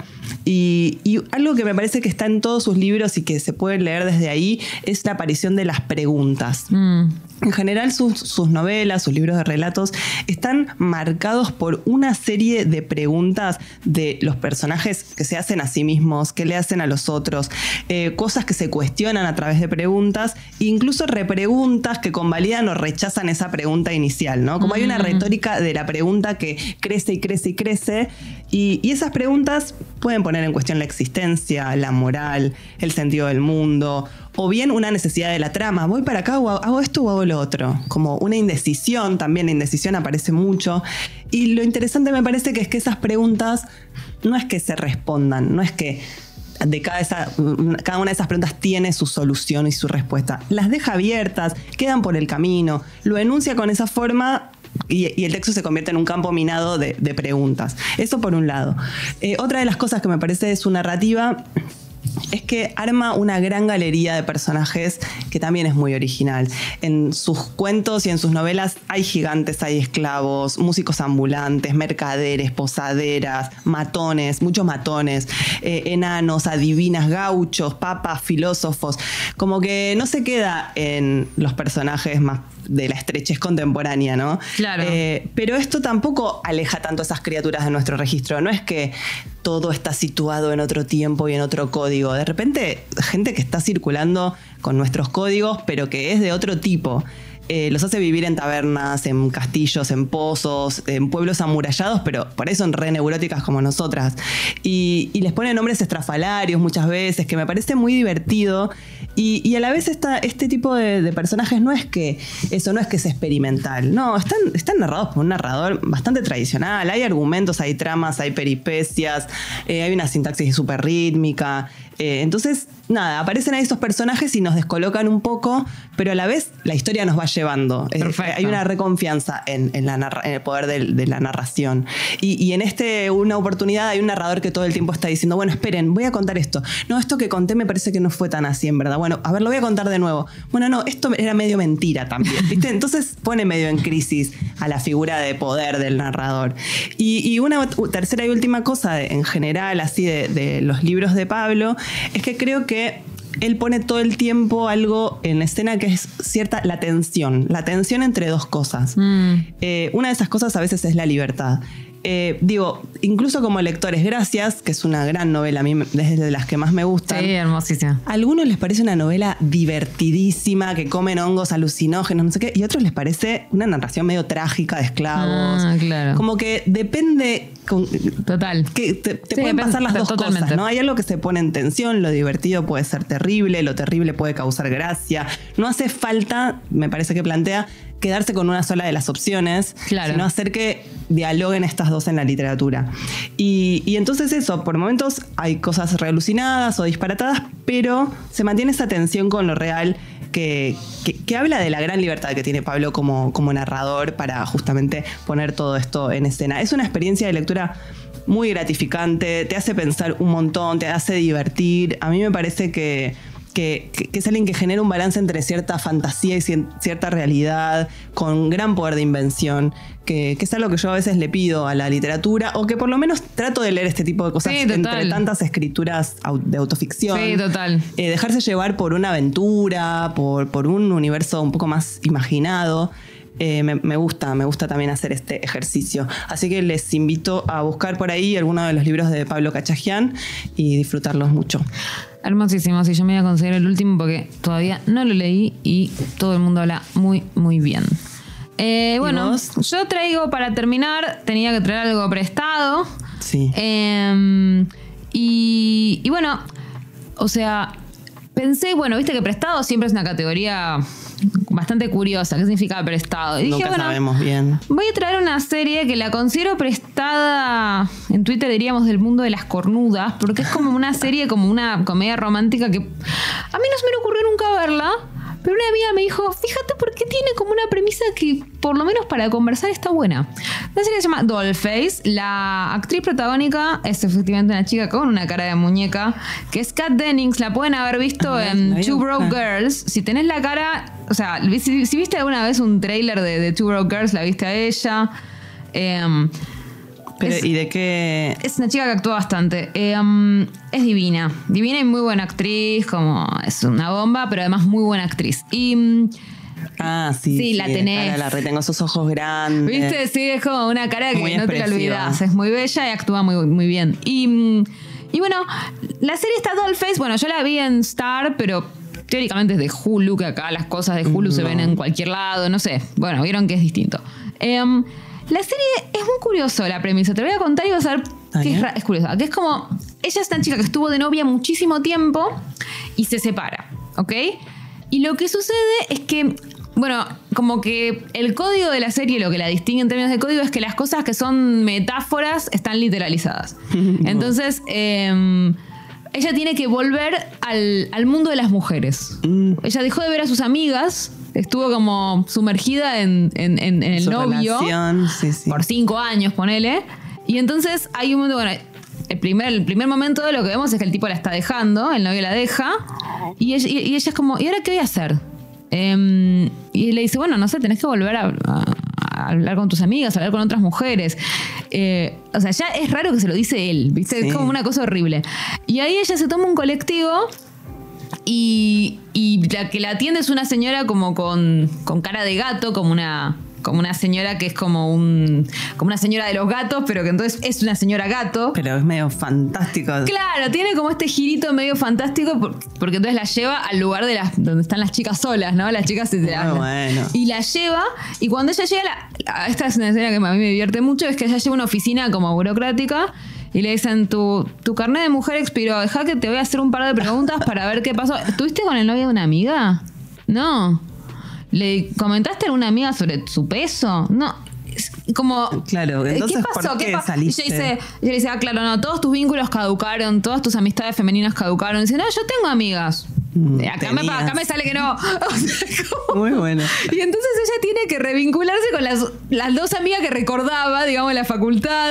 Y, y algo que me parece que está en todos sus libros y que se puede leer desde ahí es la aparición de las preguntas. Mm. En general sus, sus novelas, sus libros de relatos están marcados por una serie de preguntas de los personajes que se hacen a sí mismos, que le hacen a los otros, eh, cosas que se cuestionan a través de preguntas, incluso repreguntas que convalidan o rechazan esa pregunta inicial, ¿no? Como hay una retórica de la pregunta que crece y crece y crece, y, y esas preguntas pueden poner en cuestión la existencia, la moral, el sentido del mundo, o bien una necesidad de la trama. ¿Voy para acá o hago esto o hago lo otro? Como una indecisión, también la indecisión aparece mucho. Y lo interesante me parece que es que esas preguntas no es que se respondan, no es que de cada, esa, cada una de esas preguntas tiene su solución y su respuesta. Las deja abiertas, quedan por el camino, lo enuncia con esa forma. Y, y el texto se convierte en un campo minado de, de preguntas. Eso por un lado. Eh, otra de las cosas que me parece de su narrativa es que arma una gran galería de personajes que también es muy original. En sus cuentos y en sus novelas hay gigantes, hay esclavos, músicos ambulantes, mercaderes, posaderas, matones, muchos matones, eh, enanos, adivinas, gauchos, papas, filósofos. Como que no se queda en los personajes más de la estrechez contemporánea, ¿no? Claro. Eh, pero esto tampoco aleja tanto a esas criaturas de nuestro registro. No es que todo está situado en otro tiempo y en otro código. De repente, gente que está circulando con nuestros códigos, pero que es de otro tipo. Eh, los hace vivir en tabernas, en castillos, en pozos, en pueblos amurallados, pero por eso son re neuróticas como nosotras. Y, y les pone nombres estrafalarios muchas veces, que me parece muy divertido. Y, y a la vez esta, este tipo de, de personajes no es que eso no es que es experimental, no, están, están narrados por un narrador bastante tradicional. Hay argumentos, hay tramas, hay peripecias, eh, hay una sintaxis súper rítmica. Eh, entonces, nada, aparecen ahí estos personajes y nos descolocan un poco, pero a la vez la historia nos va llevando. Eh, hay una reconfianza en, en, la narra- en el poder de, de la narración. Y, y en este, una oportunidad, hay un narrador que todo el tiempo está diciendo, bueno, esperen, voy a contar esto. No, esto que conté me parece que no fue tan así, en verdad. Bueno, a ver, lo voy a contar de nuevo. Bueno, no, esto era medio mentira también, ¿viste? Entonces pone medio en crisis a la figura de poder del narrador. Y, y una tercera y última cosa, de, en general, así de, de los libros de Pablo, es que creo que él pone todo el tiempo algo en escena que es cierta, la tensión, la tensión entre dos cosas. Mm. Eh, una de esas cosas a veces es la libertad. Eh, digo, incluso como lectores, Gracias, que es una gran novela, a mí es de las que más me gustan. Sí, hermosísima. A algunos les parece una novela divertidísima, que comen hongos alucinógenos, no sé qué, y a otros les parece una narración medio trágica de esclavos. Ah, claro. Como que depende... Con, Total. Que te, te sí, pueden pasar las dos totalmente. cosas, ¿no? Hay algo que se pone en tensión, lo divertido puede ser terrible, lo terrible puede causar gracia. No hace falta, me parece que plantea, quedarse con una sola de las opciones, claro. sino hacer que dialoguen estas dos en la literatura. Y, y entonces eso, por momentos hay cosas realucinadas o disparatadas, pero se mantiene esa tensión con lo real que, que, que habla de la gran libertad que tiene Pablo como, como narrador para justamente poner todo esto en escena. Es una experiencia de lectura muy gratificante, te hace pensar un montón, te hace divertir. A mí me parece que Que, que, que es alguien que genera un balance entre cierta fantasía y cierta realidad, con gran poder de invención, que, que es algo que yo a veces le pido a la literatura, o que por lo menos trato de leer este tipo de cosas sí, entre tantas escrituras de autoficción. Sí, total. Eh, dejarse llevar por una aventura, por, por un universo un poco más imaginado. Eh, me, me gusta, me gusta también hacer este ejercicio. Así que les invito a buscar por ahí alguno de los libros de Pablo Cachajian y disfrutarlos mucho. Hermosísimo, sí, yo me voy a conseguir el último porque todavía no lo leí y todo el mundo habla muy, muy bien. Eh, bueno, vos? yo traigo para terminar, tenía que traer algo prestado. Sí. Eh, Y, y bueno, o sea, pensé, bueno, viste que prestado siempre es una categoría bastante curiosa. ¿Qué significa prestado? Y Nunca dije, bueno, sabemos bien. Voy a traer una serie que la considero prestada, en Twitter diríamos, del mundo de las cornudas, porque es como una serie, como una comedia romántica que a mí no se me ocurrió nunca verla, pero una amiga me dijo, fíjate porque tiene como una premisa que por lo menos para conversar está buena. La serie se llama Dollface. La actriz protagónica es efectivamente una chica con una cara de muñeca, que es Kat Dennings. La pueden haber visto Ah, en la Two voy a Broke buscar. Girls. Si tenés la cara, o sea, si, si viste alguna vez un tráiler de, de Two Broke Girls, la viste a ella. Eh, Pero, es, ¿y de qué? es una chica que actúa bastante. Eh, um, es divina. Divina y muy buena actriz. Como es una bomba, pero además muy buena actriz. Y um, Ah, sí. Sí, la tenés. Cara, la retengo esos ojos grandes. ¿viste? Sí, es como una cara que Muy no te la expresiva. olvidas. Es muy bella y actúa muy, muy bien. Y, mm, y bueno, la serie está Dollface. Bueno, yo la vi en Star, pero teóricamente es de Hulu, que acá las cosas de Hulu No. se ven en cualquier lado. No sé. Bueno, vieron que es distinto. Em, la serie es muy curioso la premisa. Te voy a contar y vas a ver Ah, que es, ¿ya? ra- es curiosa. Que es como, ella es una chica que estuvo de novia muchísimo tiempo y se separa, ¿ok? Y lo que sucede es que, bueno, como que el código de la serie, lo que la distingue en términos de código, es que las cosas que son metáforas están literalizadas. Entonces, eh, ella tiene que volver al, al mundo de las mujeres. Mm. Ella dejó de ver a sus amigas, estuvo como sumergida en, en- en- en el Su novio relación, sí, sí. por cinco años, ponele. Y entonces hay un momento, bueno, el primer, el primer momento de lo que vemos es que el tipo la está dejando, el novio la deja, y ella, y ella es como, ¿y ahora qué voy a hacer? Eh, y le dice, bueno, no sé, tenés que volver a, a- a hablar con tus amigas, a hablar con otras mujeres. Eh, o sea, ya es raro que se lo dice él, ¿viste? Sí. Es como una cosa horrible. Y ahí ella se toma un colectivo y, y la que la atiende es una señora como con, con cara de gato, como una, como una señora que es como un como una señora de los gatos, pero que entonces es una señora gato. Pero es medio fantástico. Claro, tiene como este girito medio fantástico por- porque entonces la lleva al lugar de las donde están las chicas solas, ¿no? Las chicas se Muy la- bueno. y la lleva, y cuando ella llega, la- la- esta es una escena que a mí me divierte mucho, es que ella lleva a una oficina como burocrática y le dicen, tu, tu carnet de mujer expiró, deja que te voy a hacer un par de preguntas para ver qué pasó. ¿Estuviste con el novio de una amiga? No. ¿Le comentaste a alguna amiga sobre su peso? No. Es como, Claro, entonces, ¿qué pasó? ¿por qué pasó? saliste? Y ella dice, ella dice, ah, claro, no, todos tus vínculos caducaron, todas tus amistades femeninas caducaron. Y dice, no, yo tengo amigas. Mm, Eh, acá, me, tenías. acá me sale que no. O sea, como- Muy bueno. y entonces ella tiene que revincularse con las, las dos amigas que recordaba, digamos, en la facultad.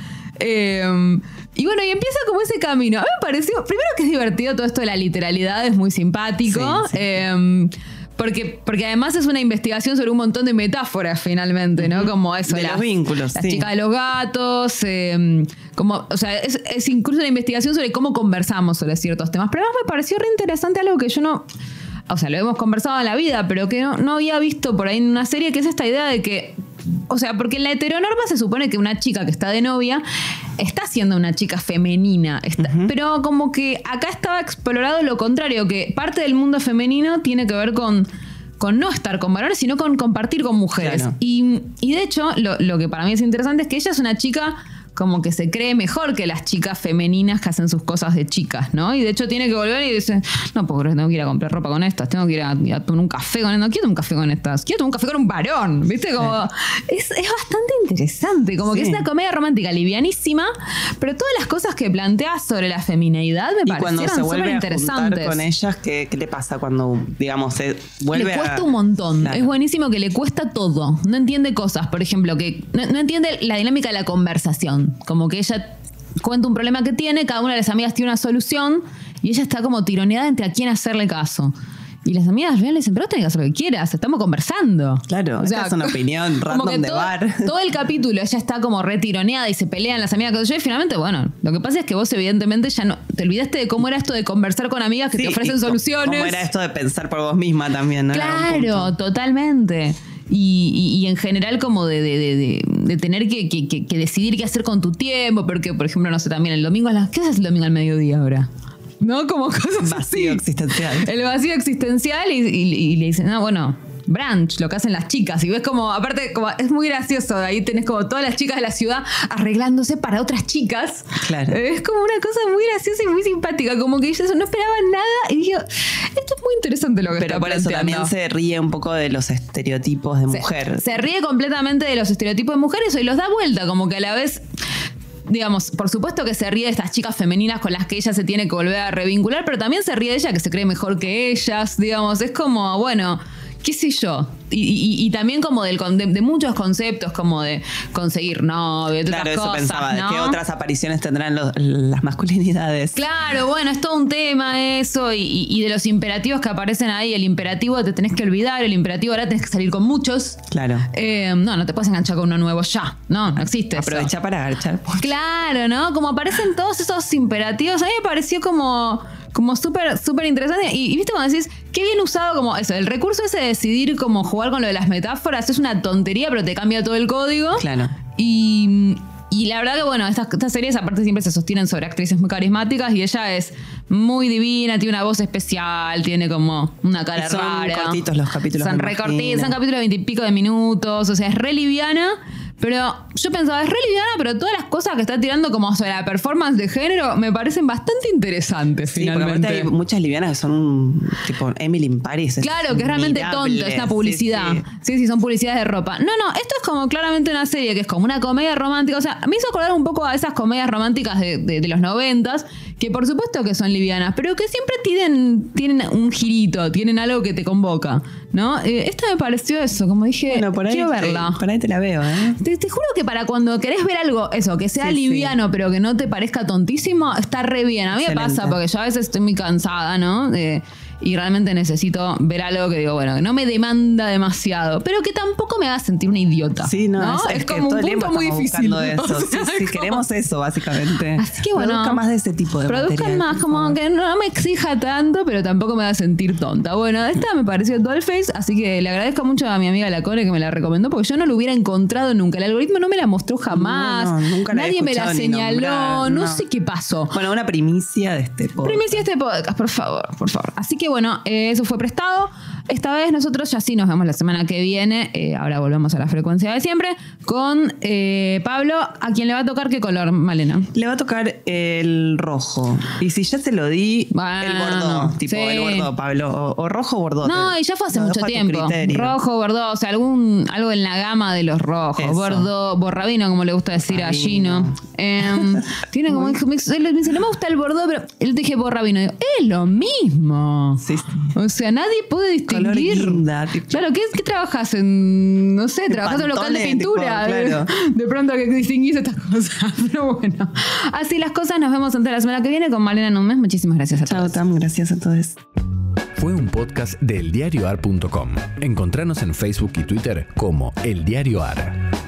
Eh, y bueno, y empieza como ese camino. A mí me pareció, primero que es divertido todo esto de la literalidad, es muy simpático. Sí, sí. Eh, porque, porque además es una investigación sobre un montón de metáforas finalmente, ¿no? Como eso. De las, los vínculos, Las sí. chicas de los gatos. eh, como, o sea, es, es incluso una investigación sobre cómo conversamos sobre ciertos temas. Pero además me pareció re interesante algo que yo no... O sea, lo hemos conversado en la vida, pero que no, no había visto por ahí en una serie, que es esta idea de que... O sea, porque en la heteronorma se supone que una chica que está de novia está siendo una chica femenina. Está- Ujú. Pero como que acá estaba explorado lo contrario, que parte del mundo femenino tiene que ver con, con no estar con varones, sino con compartir con mujeres. Claro. Y, y de hecho, lo, lo que para mí es interesante es que ella es una chica como que se cree mejor que las chicas femeninas que hacen sus cosas de chicas, ¿no? Y de hecho tiene que volver y dice, no, porque tengo que ir a comprar ropa con estas, tengo que ir a, a tomar un café con estas, no quiero tomar un café con estas, quiero tomar un café con un varón, ¿viste? Como, es, es bastante interesante, como que Sí. es una comedia romántica livianísima, pero todas las cosas que plantea sobre la femineidad me Y cuando se parecieron súper vuelve a interesantes. juntar con ellas, ¿qué, qué le pasa cuando, digamos, se vuelve Le cuesta a... un montón. Claro. Es buenísimo que le cuesta todo. No entiende cosas, por ejemplo, que no, no entiende la dinámica de la conversación. Como que ella cuenta un problema que tiene, cada una de las amigas tiene una solución y ella está como tironeada entre a quién hacerle caso. Y las amigas le dicen, pero tenés que hacer lo que quieras, estamos conversando. Claro, esta es una opinión como random que de todo, bar. todo el capítulo ella está como retironeada y se pelean las amigas que yo y finalmente, bueno, lo que pasa es que vos evidentemente ya no te olvidaste de cómo era esto de conversar con amigas que Sí, te ofrecen y co- soluciones. ¿Cómo era esto de pensar por vos misma también? ¿no? En algún Claro, punto. totalmente. Y, y- y en general como de, de- de- de- de tener que, que- que- que decidir qué hacer con tu tiempo, porque por ejemplo, no sé, también el domingo a las... ¿Qué haces el domingo al mediodía ahora? ¿No? Como cosas Vacío así. existencial. El vacío existencial y, y- y le dicen, no, bueno, brunch, lo que hacen las chicas. Y ves como, aparte, como es muy gracioso. Ahí tenés como todas las chicas de la ciudad arreglándose para otras chicas. Claro. Es como una cosa muy graciosa y muy simpática. Como que ellos no esperaban nada. Y digo, esto es muy interesante lo que Pero está por eso planteando. también se ríe un poco de los estereotipos de Se- mujer. Se, ríe completamente de los estereotipos de mujeres y los da vuelta. Como que a la vez... Digamos, por supuesto que se ríe de estas chicas femeninas con las que ella se tiene que volver a revincular, pero también se ríe de ella que se cree mejor que ellas, digamos, es como, bueno, qué sé yo. Y, y, y también como del, de, de muchos conceptos, como de conseguir novio, de Claro, otras eso cosas, pensaba. ¿no? ¿Qué otras apariciones tendrán los- las masculinidades? Claro, bueno, es todo un tema eso y, y- y de los imperativos que aparecen ahí. El imperativo te tenés que olvidar, el imperativo ahora tenés que salir con muchos. Claro. Eh, no, no te puedes enganchar con uno nuevo ya. No, no existe eso. Aprovecha para agachar. Claro, ¿no? Como aparecen todos esos imperativos. A mí me pareció como, como súper, súper interesante. Y, y viste cuando decís, qué bien usado como eso. El recurso ese de decidir cómo jugar con lo de las metáforas es una tontería, pero te cambia todo el código. Claro. Y, y la verdad que, bueno, estas, estas series aparte siempre se sostienen sobre actrices muy carismáticas y ella es muy divina, tiene una voz especial, tiene como una cara Y son rara. cortitos los capítulos, Son me re cortitos, imagino. son capítulos de veintipico de minutos, o sea, es re liviana. Pero yo pensaba, es re liviana, pero todas las cosas que está tirando como sobre la performance de género me parecen bastante interesantes, Sí, porque finalmente. aparte hay muchas livianas que son tipo Emily in Paris. Claro, que es realmente admirable. tonto, es una publicidad. Sí, Sí, sí. sí. son publicidades de ropa. No, no, esto es como claramente una serie que es como una comedia romántica. O sea, me hizo acordar un poco a esas comedias románticas de, de- de los noventas, que por supuesto que son livianas, pero que siempre tienen, tienen un girito, tienen algo que te convoca, ¿no? Eh, esta me pareció eso, como dije, Bueno, por ahí, quiero te, verla. por ahí te la veo, ¿eh? Te, te juro que para cuando querés ver algo, eso, que sea Sí, liviano, pero que no te parezca tontísimo, está re bien. A mí Excelente. me pasa porque yo a veces estoy muy cansada, ¿no? De- y realmente necesito ver algo que digo, bueno, que no me demanda demasiado, pero que tampoco me haga sentir una idiota. Sí, no, ¿no? es, Es, es que como todo un el tiempo punto muy estamos difícil. buscando eso. O sea, Sí, sí, como- queremos eso, básicamente. Así que bueno, Produzca más de ese tipo de Produzcan material, más, por como favor. que no me exija tanto, pero tampoco me va a sentir tonta. Bueno, esta me pareció Dollface, así que le agradezco mucho a mi amiga La Core que me la recomendó, porque yo no lo hubiera encontrado nunca. El algoritmo no me la mostró jamás. No, no, nunca la he Nadie me la escuchado ni señaló. nombrar, no. no. sé qué pasó. Bueno, una primicia de este podcast. Primicia este podcast, por favor, por favor. Así que bueno, eh, eso fue prestado. Esta vez nosotros ya sí nos vemos la semana que viene. Eh, ahora volvemos a la frecuencia de siempre. Con eh, Pablo, a quien le va a tocar qué color, Malena. Le va a tocar el rojo. Y si ya te lo di, Bueno, el bordó. Tipo, sí. el bordó, Pablo. O, o rojo o bordó. No, Te- y ya fue hace lo mucho dejo a tu tiempo. criterio. Rojo, bordó, o sea, algún, algo en la gama de los rojos. Eso. Bordó, borrabino, como le gusta decir a Borrabino. Gino. Em, tiene como, me, me dice, no me gusta el bordó, pero él te dije borrabino. Digo, es lo mismo. Sí, sí. O sea, nadie puede Color distinguir. guinda, tipo. Claro, ¿qué, qué trabajas en, no sé, En trabajas en un local de Pantone, tipo, pintura? claro. De pronto que distinguís estas cosas. Pero bueno, así las cosas. Nos vemos antes de la semana que viene con Malena en un mes. Muchísimas gracias a Chao, todos. Tam. Gracias a todos. Fue un podcast del diario ar punto com. Encontranos en Facebook y Twitter como El Diario Ar.